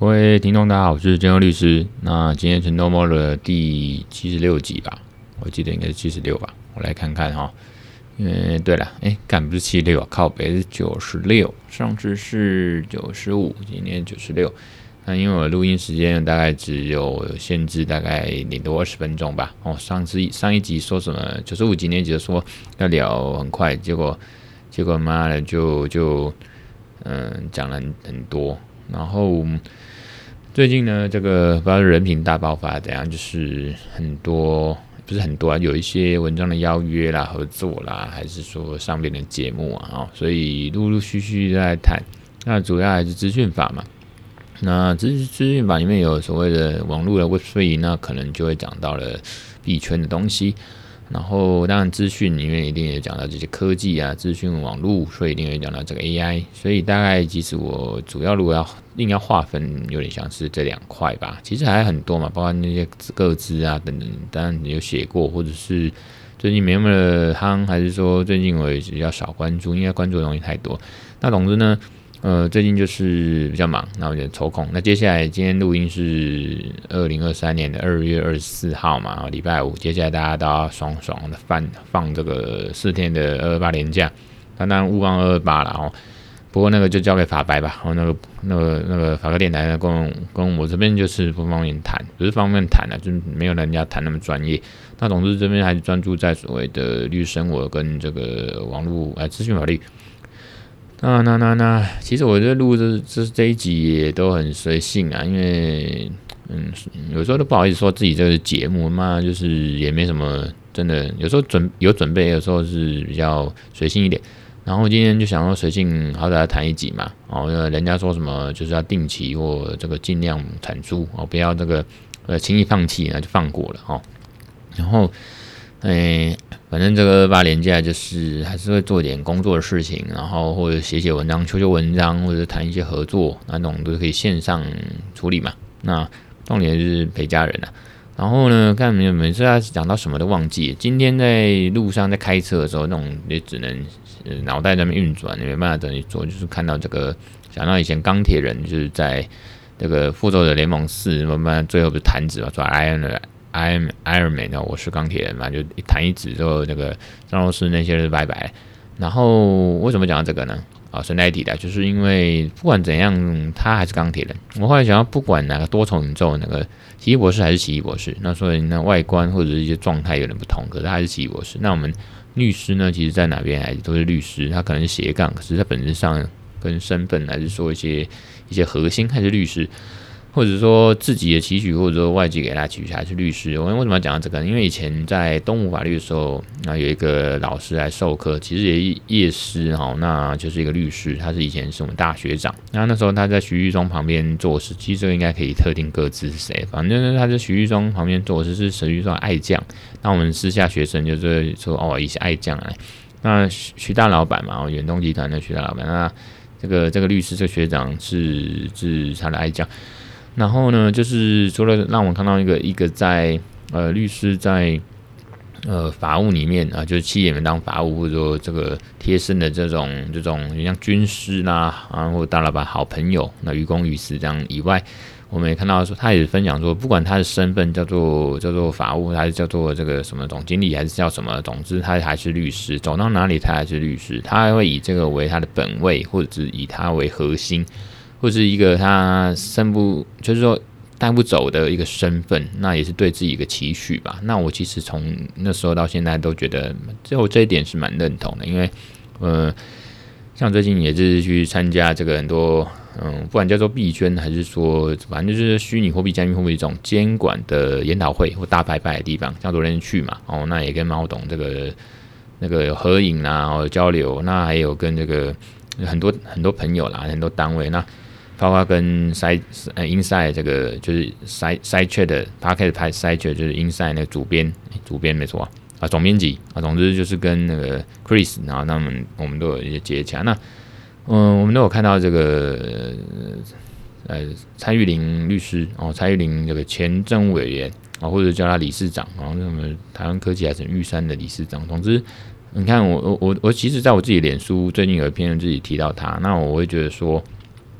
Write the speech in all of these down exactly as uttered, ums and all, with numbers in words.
各位听众，大家好，我是建佑律师。那今天是 No More 的第七十六集吧，我记得应该是七十六吧，我来看看哈。因为对了，哎，干不是七十六啊，靠北是九十六，上次是九十五，今天九十六。那因为我录音时间大概只有限制，大概顶多二十分钟吧。哦，上次上一集说什么九十五集那集就说要聊很快，结果结果妈的就就嗯讲了很多。然后最近呢，这个不知道人品大爆发怎样，就是很多不是很多啊，有一些文章的邀约啦、合作啦，还是说上面的节目啊，哦，所以陆陆续续在谈。那主要还是资讯法嘛。那资资讯法里面有所谓的网络的 Web 三，那可能就会讲到了币圈的东西。然后当然资讯里面一定也讲到这些科技啊，资讯网络，所以一定会讲到这个 A I。所以大概其实我主要如果要硬要划分，有点像是这两块吧。其实还很多嘛，包括那些个资啊等等，当然有写过，或者是最近没那么夯，还是说最近我也比较少关注，因为关注的东西太多。那总之呢，呃，最近就是比较忙，那我就抽空。那接下来今天录音是二零二三年的二月二十四号嘛，礼拜五。接下来大家都要爽爽的放放这个四天的二二八连假，当然勿忘二二八啦哦。不过那个就交给法白吧，然后那个那个那个法科电台呢，跟跟我这边就是不方便谈，不是方便谈啊，就是没有人家谈那么专业。那总之这边还是专注在所谓的律师生活跟这个网络哎资讯法律。那那那那，其实我这录这这这一集也都很随性啊，因为嗯，有时候都不好意思说自己这个节目嘛，就是也没什么真的，有时候准有准备，有时候是比较随性一点。然后今天就想说随性，好歹要谈一集嘛，哦，人家说什么就是要定期或这个尽量产出哦，不要这个呃轻易放弃，那就放过了哦。然后，诶。反正这个八连假就是还是会做点工作的事情，然后或者写写文章、修修文章，或者谈一些合作，那种都可以线上处理嘛。那重点就是陪家人啊。然后呢，看每每次要讲到什么都忘记。今天在路上在开车的时候，那种也只能脑袋在那边运转，没办法等你做。就是看到这个，想到以前钢铁人就是在这个复仇者联盟四，慢慢最后不是弹指嘛，抓 Iron I'm Iron Man 我是钢铁人嘛，就一弹一指之后，那个张老师那些人拜拜。然后为什么讲到这个呢？啊，顺带一提的，就是因为不管怎样，他还是钢铁人。我后来想要，不管哪个多重宇宙，那个奇异博士还是奇异博士，那所以那外观或者是一些状态有点不同，可是他还是奇异博士。那我们律师呢，其实在哪边还都是律师，他可能是斜杠，可是他本质上跟身份还是说一些一些核心还是律师。或者说自己的期许，或者说外界给他期许，还是律师。我为什么要讲到这个呢？因为以前在东吴法律的时候，那有一个老师来授课，其实也业师哈，那就是一个律师，他是以前是我们大学长。那那时候他在徐玉忠旁边做事，其实这个应该可以特定各自是谁，反正他在徐玉忠旁边做事是徐玉忠爱将。那我们私下学生就是说哦，一些爱将来。那徐大老板嘛，远东集团的徐大老板，那这个这个律师这个学长是是他的爱将。然后呢，就是除了让我看到一个一个在呃律师在呃法务里面啊，就是企业里面当法务，或者说这个贴身的这种这种像军师啦，啊或者大老板好朋友，那于公于私这样以外，我们也看到说，他也分享说，不管他的身份叫做叫做法务，还是叫做这个什么总经理，还是叫什么，总之他还是律师，走到哪里他还是律师，他还会以这个为他的本位，或者是以他为核心。或是一个他身不，就是说带不走的一个身份，那也是对自己一个期许吧。那我其实从那时候到现在都觉得，最后这一点是蛮认同的，因为呃，像最近也是去参加这个很多，嗯，不管叫做币圈还是说，反正就是虚拟货币、加密货币这种监管的研讨会或大拜拜的地方，像昨天去嘛，哦，那也跟猫董这个那个有合影啦，哦交流，那还有跟这个很多很多朋友啦，很多单位那。包括跟 side 呃 inside 这个就是 side side chat 的 podcast 拍 side chat 就是 inside 那个主编主编没错啊总编辑啊，总之就是跟那个 Chris， 然后他们我们都有一些接洽。那嗯，我们都有看到这个呃蔡玉玲律师哦，蔡玉玲这个前政务委员啊，或者叫他理事长，然后什么台湾科技还是玉山的理事长，总之。你看我我我其实在我自己脸书最近有一篇自己提到他，那我会觉得说。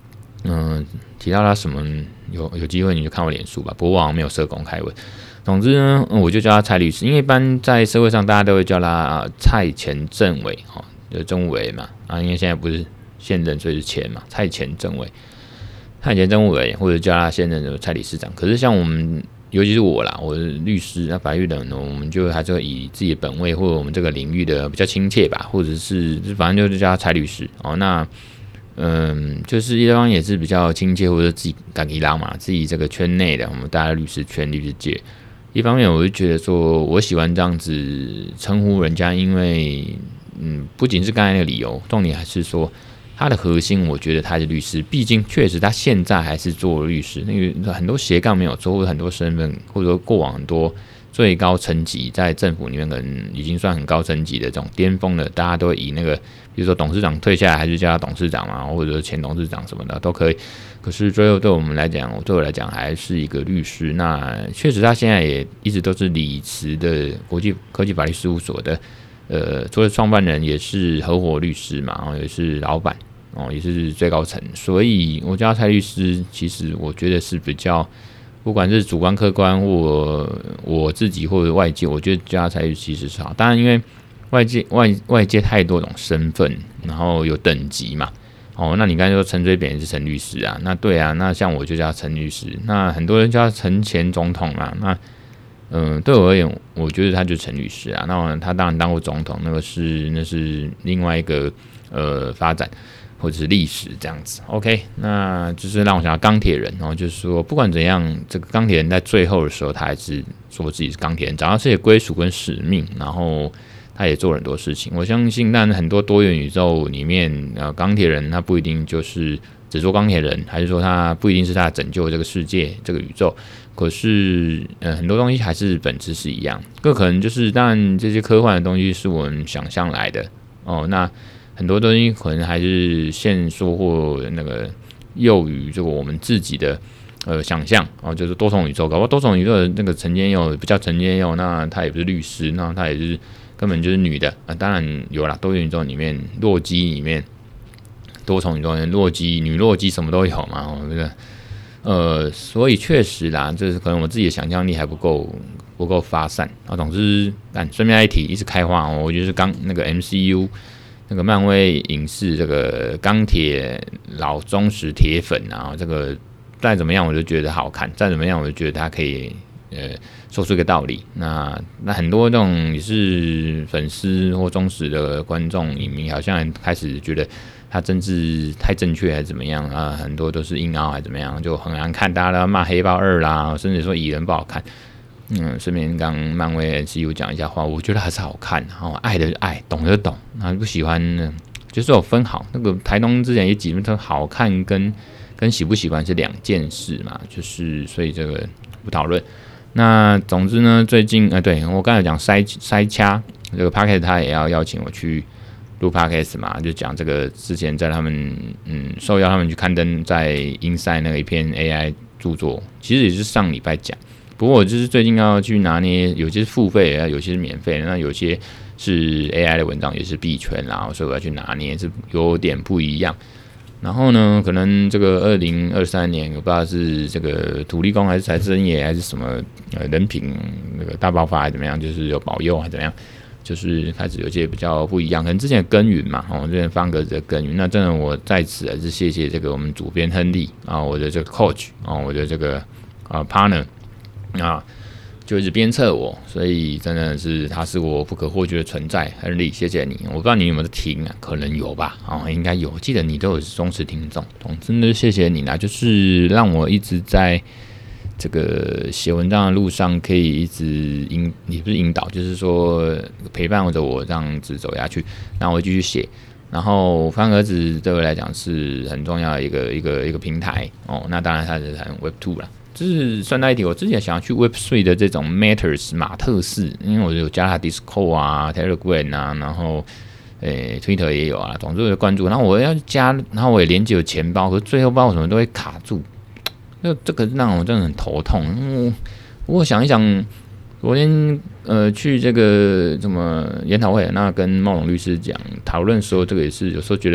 嗯、呃，提到他什么有有机会你就看我脸书吧，不过我好像没有设公开文。总之呢，我就叫他蔡律师，因为一般在社会上大家都会叫他、啊、蔡前政委，哦，就是政务委嘛，啊，因为现在不是现任，所以是前嘛，蔡前政委，蔡前政务委，或者叫他现任的蔡理事长。可是像我们，尤其是我啦，我是律师，那法律人呢，我们就还是会以自己的本位或者我们这个领域的比较亲切吧，或者是反正就是叫他蔡律师哦，那。嗯，就是一方也是比较亲切，或者自己敢己拉嘛，自己这个圈内的我们大家律师圈、律师界。一方面，我就觉得说我喜欢这样子称呼人家，因为嗯，不仅是刚才那个理由，重点还是说他的核心，我觉得他是律师，毕竟确实他现在还是做律师，那个很多斜杠没有做，或者很多身份，或者说过往很多。最高层级在政府里面可能已经算很高层级的这种巅峰的，大家都会以那个，比如说董事长退下来还是叫他董事长嘛，或者前董事长什么的都可以。可是最后对我们来讲，对我来讲还是一个律师。那确实他现在也一直都是理慈的国际科技法律事务所的，呃，除了创办人也是合伙律师嘛，然后也是老板哦，也是最高层。所以我叫他蔡律师，其实我觉得是比较。不管是主观客观或我自己或者外界，我觉得叫他蔡律师其实是好。当然，因为外界外外界太多种身份，然后有等级嘛。哦，那你刚才说陈水扁是陈律师啊，那对啊，那像我就叫陈律师。那很多人叫陈前总统嘛，那嗯、呃，对我而言，我觉得他就是陈律师啊。那他当然当过总统，那个是那是另外一个呃发展。或者是历史这样子 ，OK， 那就是让我想到钢铁人哦，就是说不管怎样，这个钢铁人在最后的时候，他还是说自己是钢铁人，找到自己的归属跟使命，然后他也做了很多事情。我相信，但很多多元宇宙里面，呃，钢铁人他不一定就是只做钢铁人，还是说他不一定是他拯救这个世界、这个宇宙。可是，呃，很多东西还是本质是一样，更可能就是，当然这些科幻的东西是我们想象来的哦，那。很多东西可能还是限缩或那个囿于这个我们自己的呃想象哦，就是多重宇宙，搞不好多重宇宙的那个陈建佑不叫陈建佑，那他也不是律师，那他也是根本就是女的啊。当然有啦，多元宇宙里面洛基里面多重宇宙里面洛基女洛基什么都有嘛，哦，这个呃，所以确实啦，就是可能我自己的想象力还不够不够发散啊。总之，但顺便一提，一直开化哦，我觉得是刚那个 M C U。那个漫威影视这个钢铁老忠实铁粉啊，这个再怎么样我就觉得好看，再怎么样我就觉得他可以呃说出一个道理。那那很多这种也是粉丝或忠实的观众影迷，好像开始觉得他政治太正确还是怎么样啊？很多都是硬凹还是怎么样，就很难看，大家都要骂黑豹二啦，甚至说蚁人不好看。嗯，顺便刚漫威 M C U 讲一下话，我觉得还是好看，然后爱的爱，懂的懂，那不喜欢呢，就是有分好。那个台东之前也几分好看跟跟喜不喜欢是两件事嘛，就是所以这个不讨论。那总之呢，最近呃，对我刚才讲筛筛掐这个 Podcast 他也要邀请我去录 Podcast 嘛，就讲这个之前在他们嗯受邀他们去刊登在 Inside 那个一篇 A I 著作，其实也是上礼拜讲。不过我就是最近要去拿捏，有些是付费的，有些是免费的，那有些是 A I 的文章也是币圈啦，所以我要去拿捏，是有点不一样。然后呢，可能这个二零二三年，我不知道是这个土地公还是财神爷还是什么呃人品那个大爆发还是怎么样，就是有保佑还是怎么样，就是开始有些比较不一样。可能之前的耕耘嘛，哦，之前方格子的耕耘，那真的我在此还是谢谢这个我们主编亨利啊，我的这个 coach 啊，我的这个啊 partner。啊，就一直鞭策我，所以真的是他是我不可或缺的存在。亨利，谢谢你。我不知道你有没有听啊？可能有吧，哦，应该有。记得你都有忠实听众，总之呢，谢谢你啦，就是让我一直在这个写文章的路上，可以一直引，也不是引导，就是说陪伴着我这样子走下去，然后我继续写。然后方格子对我来讲是很重要的一个一个一个平台哦。那当然它是很 Web 二 啦。就是顺带一提，我之前想要去 Web 三 的这种 Matters 马特式，因为我有加他 Discord 啊、Telegram 啊，然后诶、欸、Twitter 也有啊，总之我就关注。然后我要加，然后我也连接有钱包，可是最后不知道为什么都会卡住，就这个让我真的很头痛。嗯，我想一想，昨天呃去这个什么研讨会，那跟茂龙律师讲讨论说，这个也是有时候觉得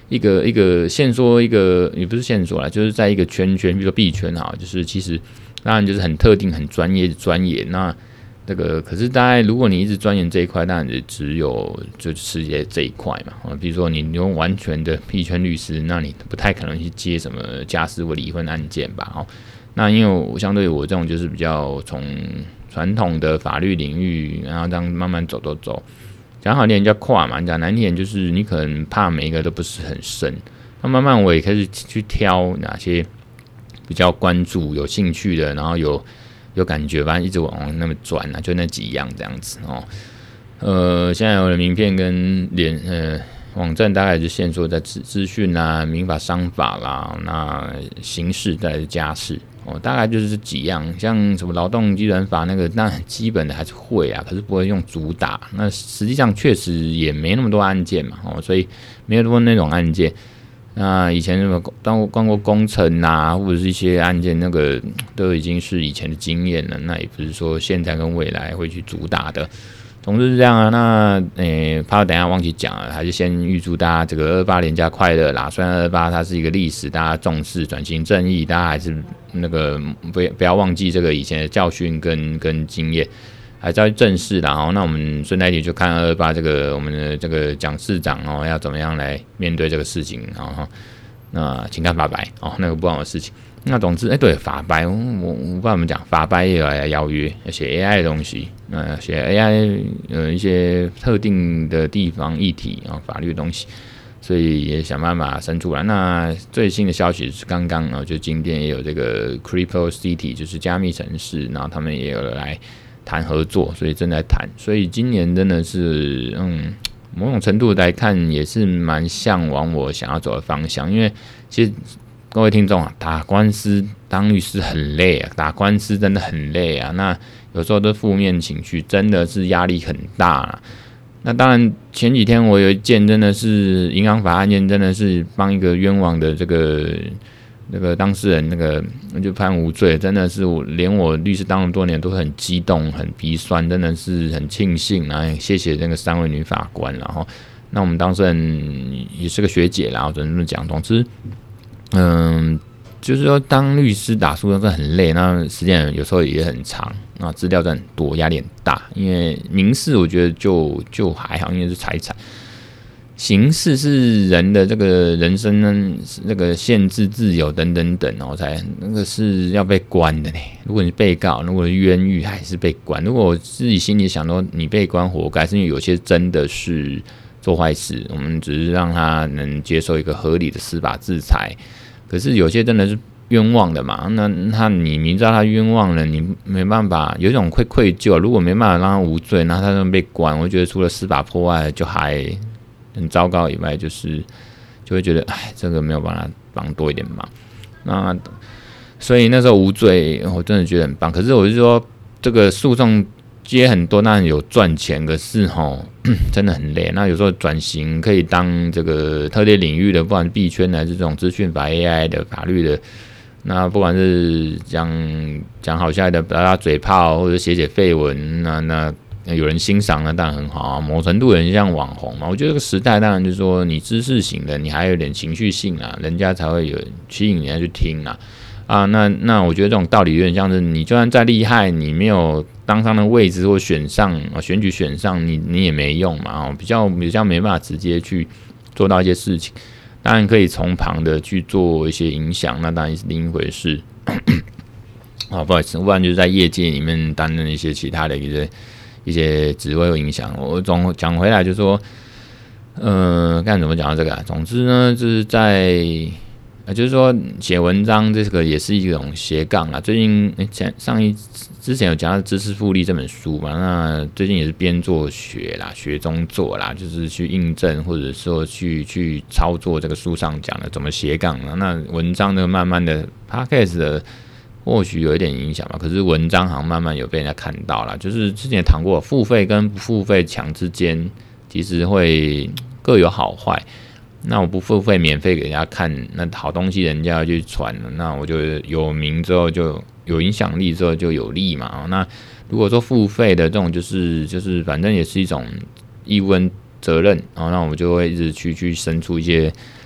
一个一个限缩一个也不是限缩啦，就是在一个圈圈，比如说币圈哈，就是其实当然就是很特定、很专业的专业。那这个可是大概如果你一直钻研这一块，当然就只有就是接这一块嘛。啊，比如说你用完全的币圈律师，那你不太可能去接什么家事或离婚案件吧？哦，那因为我相对于我这种就是比较从传统的法律领域，然后这样慢慢走走走。讲好点叫跨嘛，讲难听点就是你可能怕每一个都不是很深。那慢慢我也开始去挑哪些比较关注、有兴趣的，然后有有感觉，反正一直往那么转啊，就那几样这样子哦。呃，现在有的名片跟连呃网站大概就限缩在资资讯啦、民法、商法啦，那刑事再来是家事。哦，大概就是这几样，像什么劳动基本法那个，那基本的还是会啊，可是不会用主打。那实际上确实也没那么多案件嘛，哦，所以没有多那种案件。那以前什么当关过工程啊，或者是一些案件，那个都已经是以前的经验了。那也不是说现在跟未来会去主打的。总之是这样啊，那诶、欸，怕我等一下忘记讲了，还是先预祝大家这个二八连假快乐啦。虽然二八它是一个历史，大家重视转型正义，大家还是那个不不要忘记这个以前的教训跟跟经验，还是要正视啦。哦，那我们顺带一提就看二八这个我们的这个蒋市长哦，要怎么样来面对这个事情，然后那请看法白哦，那个不关我的事情。那总之，哎、欸，对法白，我我我不知道怎么讲，法白也有来邀约，写 A I 的东西，呃，写 A I 呃一些特定的地方议题啊、哦，法律的东西，所以也想办法生出来。那最新的消息是刚刚啊，就今天也有这个 Crypto City， 就是加密城市，然后他们也有来谈合作，所以正在谈。所以今年真的是，嗯，某种程度来看也是蛮向往我想要走的方向，因为其实。各位听众啊，打官司当律师很累啊，打官司真的很累啊。那有时候的负面情绪真的是压力很大啊。那当然前几天我有一件真的是银行法案件，真的是帮一个冤枉的这个那个当事人那个就判无罪，真的是我连我律师当了多年都很激动、很鼻酸，真的是很庆幸啊，谢谢那个三位女法官。然后那我们当事人也是个学姐啦，我只能这么讲。总之。嗯，就是说，当律师打诉讼是很累，那时间有时候也很长，那资料很多，压力很大。因为民事我觉得就就还好，因为是财产；刑事是人的这个人生呢，那个限制自由等等等哦，才那个是要被关的呢。如果你被告，如果冤狱还是被关。如果我自己心里想说你被关活该，是因为有些真的是做坏事，我们只是让他能接受一个合理的司法制裁。可是有些真的是冤枉的嘛，那他你明知道他冤枉了，你没办法，有一种会愧疚。如果没办法让他无罪，那他就被关，我觉得除了司法破坏就还很糟糕以外，就是就会觉得，哎，这个没有办法帮多一点忙。那所以那时候无罪，我真的觉得很棒。可是我是说，这个诉讼接很多，那有赚钱，可是吼真的很累。那有时候转型可以当这个特定领域的，不管是币圈还是这种资讯法、A I 的法律的，那不管是讲讲好笑的打打嘴炮，或者写写废文，那那有人欣赏，那当然很好啊。某程度有人像网红嘛，我觉得这个时代当然就是说，你知识型的，你还有点情绪性啊，人家才会有吸引人家去听啊。啊，那那我觉得这种道理有点像是，你就算再厉害，你没有当上的位置或选上啊，选举选上，你你也没用嘛，哦，比较比较没办法直接去做到一些事情。当然可以从旁的去做一些影响，那当然是另一回事。啊，不好意思，不然就是在业界里面担任一些其他的一些一些职位有影响。我总讲回来就是说，呃，该怎么讲到这个啊？总之呢，就是在。呃，就是说写文章这个也是一种斜杠啦。最近前上一之前有讲到《知识复利》这本书嘛，那最近也是边做学啦，学中做啦，就是去印证或者说去去操作这个书上讲的怎么斜杠啦。那文章呢，慢慢的 Podcast 的或许有一点影响吧，可是文章好像慢慢有被人家看到啦。就是之前谈过，付费跟不付费墙之间其实会各有好坏。那我不付费免费给人家看，那好东西人家要去传了，那我就有名之后就有影响力之后就有利嘛。那如果说付费的这种就是就是反正也是一种义务跟责任，然后那我就会一直去去生出一些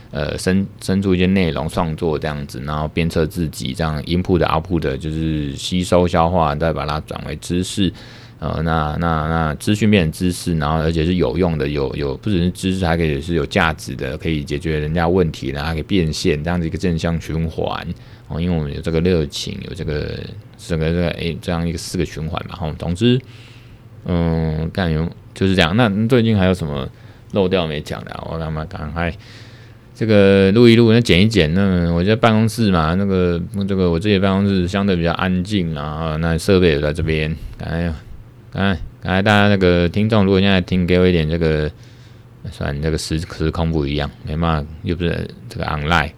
呃生生出一些内容创作这样子，然后鞭策自己这样 input 的 output 的就是吸收消化，再把它转为知识。呃，那那那资讯变成知识，然后而且是有用的，有有不只是知识，还可以是有价值的，可以解决人家问题，然后还可以变现，这样子一个正向循环哦。因为我们有这个热情，有这个整个这个诶这样一个四个循环嘛。哦，总之，嗯，干有就是这样。那最近还有什么漏掉没讲的、啊？我他妈赶快这个录一录，那剪一剪。那我在办公室嘛，那个这个我自己的办公室相对比较安静啊，那设备也在这边，哎呀。哎，刚才大家那个听众，如果现在听，给我一点这个，算这个时时空不一样，没办法，又不是这个 online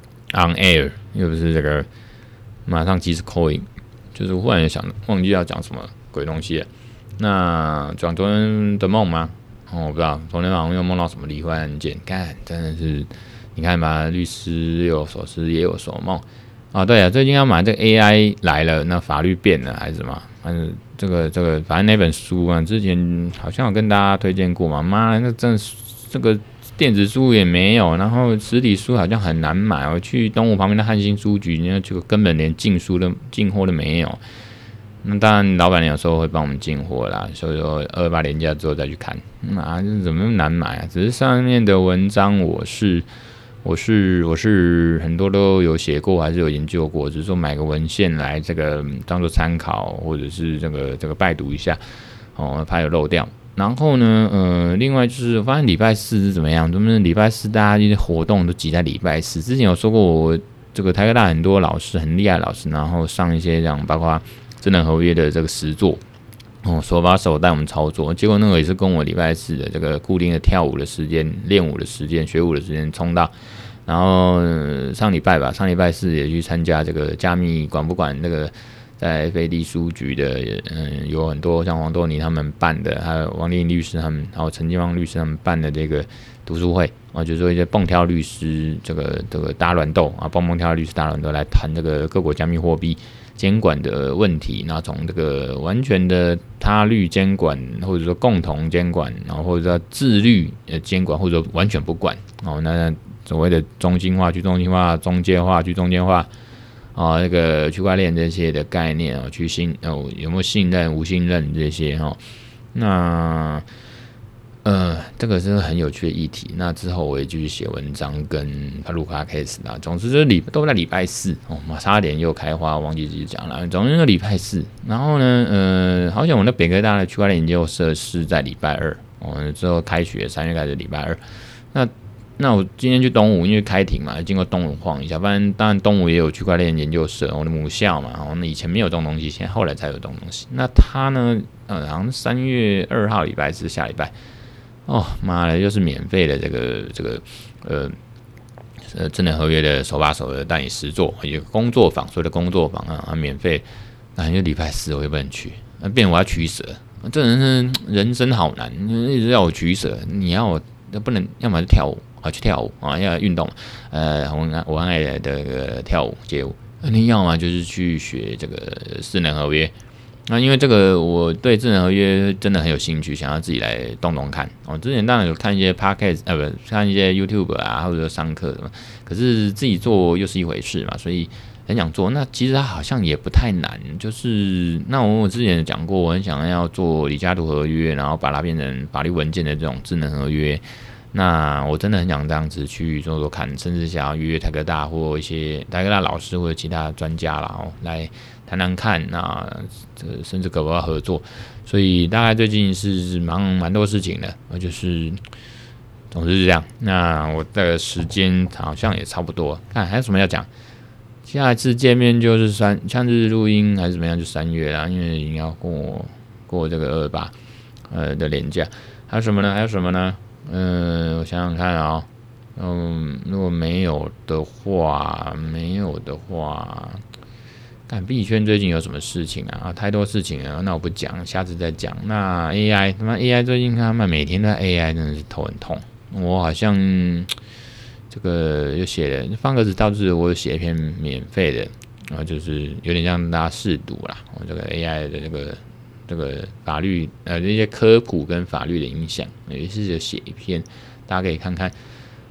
on air， 又不是这个马上即时 call in， 就是忽然想忘记要讲什么鬼东西了。那讲昨天的梦吗？哦，我不知道，昨天晚上又梦到什么离婚案件，干真的是，你看吧，律师有所思也有所梦。啊，对啊，最近要买这个 A I 来了，那法律变了还是什么？反正这个这个，反正那本书啊，之前好像有跟大家推荐过嘛。妈，那真的这个电子书也没有，然后实体书好像很难买。我去东吴旁边的汉兴书局，那就根本连进书的进货都没有。那当然，老板娘有时候会帮我们进货啦，所以说二八连假之后再去看。啊，这怎么那么难买啊？只是上面的文章我是。我是我是很多都有写过，还是有研究过，只是说买个文献来这个当做参考，或者是这个这个拜读一下，哦，怕有漏掉。然后呢，呃，另外就是我发现礼拜四是怎么样？就是礼拜四大家一些活动都挤在礼拜四。之前有说过，我这个台科大很多老师很厉害的老师，然后上一些这样包括智能合约的这个实作。哦，手把手带我们操作，结果那个也是跟我礼拜四的这个固定的跳舞的时间、练舞的时间、学舞的时间冲到，然后、呃、上礼拜吧，上礼拜四也去参加这个加密管不管那个在飞地书局的，嗯，有很多像黄豆泥他们办的，还有王丽律师他们，还有陈金芳律师他们办的这个读书会，啊，就是说一些蹦跳律师这个这个大乱斗啊，蹦蹦跳律师大乱斗来谈这个各国加密货币监管的问题，那从这个完全的他律监管，或者说共同监管，然后或者说自律呃监管，或者说完全不管哦，那所谓的中心化、去中心化、中介化、去中间化啊，那个区块链这些的概念哦，去信哦有没有信任、无信任这些哦，那。呃，这个是很有趣的议题。那之后我也继续写文章跟录 podcast 啦。总之就是礼都在礼拜四哦，差点又开花，忘记自己讲了。总之是礼拜四。然后呢，呃，好像我那北科大的区块链研究社是在礼拜二哦，之后开学三月开始礼拜二。那那我今天去东吴，因为开庭嘛，经过东吴晃一下。不然当然东吴也有区块链研究社，我的母校嘛。哦，那以前没有这种东西，现在后来才有这种东西。那他呢，呃，好像三月二号礼拜四下礼拜。哦妈的，又是免费的这个这个呃呃智能合约的手把手的带你实做，一个工作坊，所谓的工作坊啊，免费。那就礼拜四我又不能去，那变我要取舍，这人生人生好难，一直要我取舍。你要我不能，要么就跳舞啊，去跳舞啊，要运动，呃，我我爱的这个跳舞街舞。你要么就是去学这个智能合约。那因为这个，我对智能合约真的很有兴趣，想要自己来动动看。哦，之前当然有看一些 podcast， 呃，不，看一些 YouTube 啊，或者上课什么。可是自己做又是一回事嘛，所以很想做。那其实它好像也不太难，就是那我我之前讲过，我很想要做李嘉图合约，然后把它变成法律文件的这种智能合约。那我真的很想这样子去做做看，甚至想要约台科大或一些台科大老师或者其他专家啦，哦，来谈谈看，那这甚至可不可以合作？所以大概最近是忙蛮多事情的，就是总之是这样。那我的时间好像也差不多，看还有什么要讲？下一次见面就是三，下次录音还是怎么样？就三月啦，因为已经要过过这个二八呃的连假。还有什么呢？还有什么呢？嗯，我想想看啊，嗯，如果没有的话，没有的话，看币圈最近有什么事情啊？啊，太多事情了，那我不讲，下次再讲。那 A I， 他妈 A I 最近他们每天都在 A I， 真的是头很痛。我好像这个有写了，方格子倒是我有写一篇免费的，然后就是有点让大家试读啦。我这个 A I 的这个。这个法律呃这些科普跟法律的影响，也是有写一篇，大家可以看看。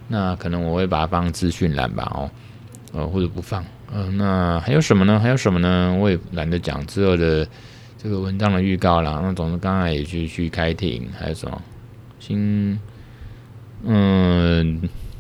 那可能我会把它放资讯栏吧，哦，呃，或者不放。嗯、呃，那还有什么呢？还有什么呢？我也懒得讲之后的这个文章的预告啦。那总之刚才也去去开庭，还有什么新嗯，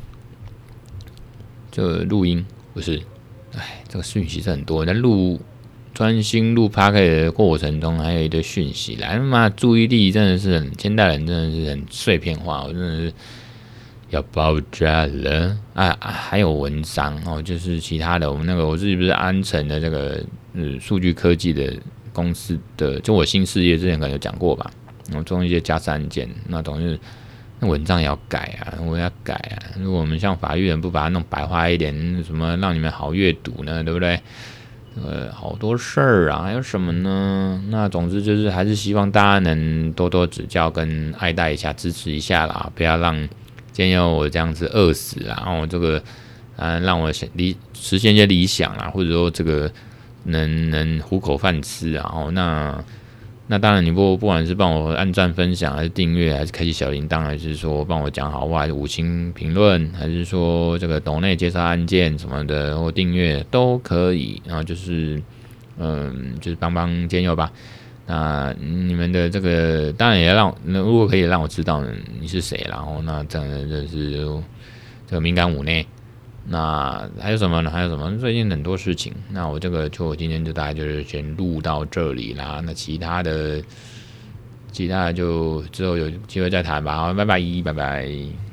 这录音不是，哎，这个讯息是很多。在录专心录 Podcast 的过程中，还有一堆讯息来，他妈注意力真的是很，现代人真的是很碎片化，我真的是要爆炸了啊！啊还有文章哦，就是其他的，我们那个我自己不是安诚的这个呃数据科技的公司的，就我新事业之前可能有讲过吧，我做一些家事案件，那种就是那文章也要改啊，我要改啊。如果我们像法律人不把它弄白话一点，什么让你们好阅读呢？对不对？呃，好多事儿啊，还有什么呢？那总之就是还是希望大家能多多指教跟爱戴一下，支持一下啦，不要让今天我这样子饿死啦，然后这个啊让我理实现一些理想啦，或者说这个能能糊口饭吃啊，然后那那当然你不不管是帮我按赞分享，还是订阅，还是开启小铃铛，还是说帮我讲好话，还是五星评论，还是说这个抖内介绍案件什么的，或订阅都可以。然后就是嗯，就是帮帮兼佑吧。那你们的这个当然也要让，如果可以让我知道你是谁，然后那真的就是这个敏感五内。那还有什么呢？还有什么？最近很多事情。那我这个就今天就大概就是先录到这里啦。那其他的，其他的就之后有机会再谈吧。好，拜拜，拜拜。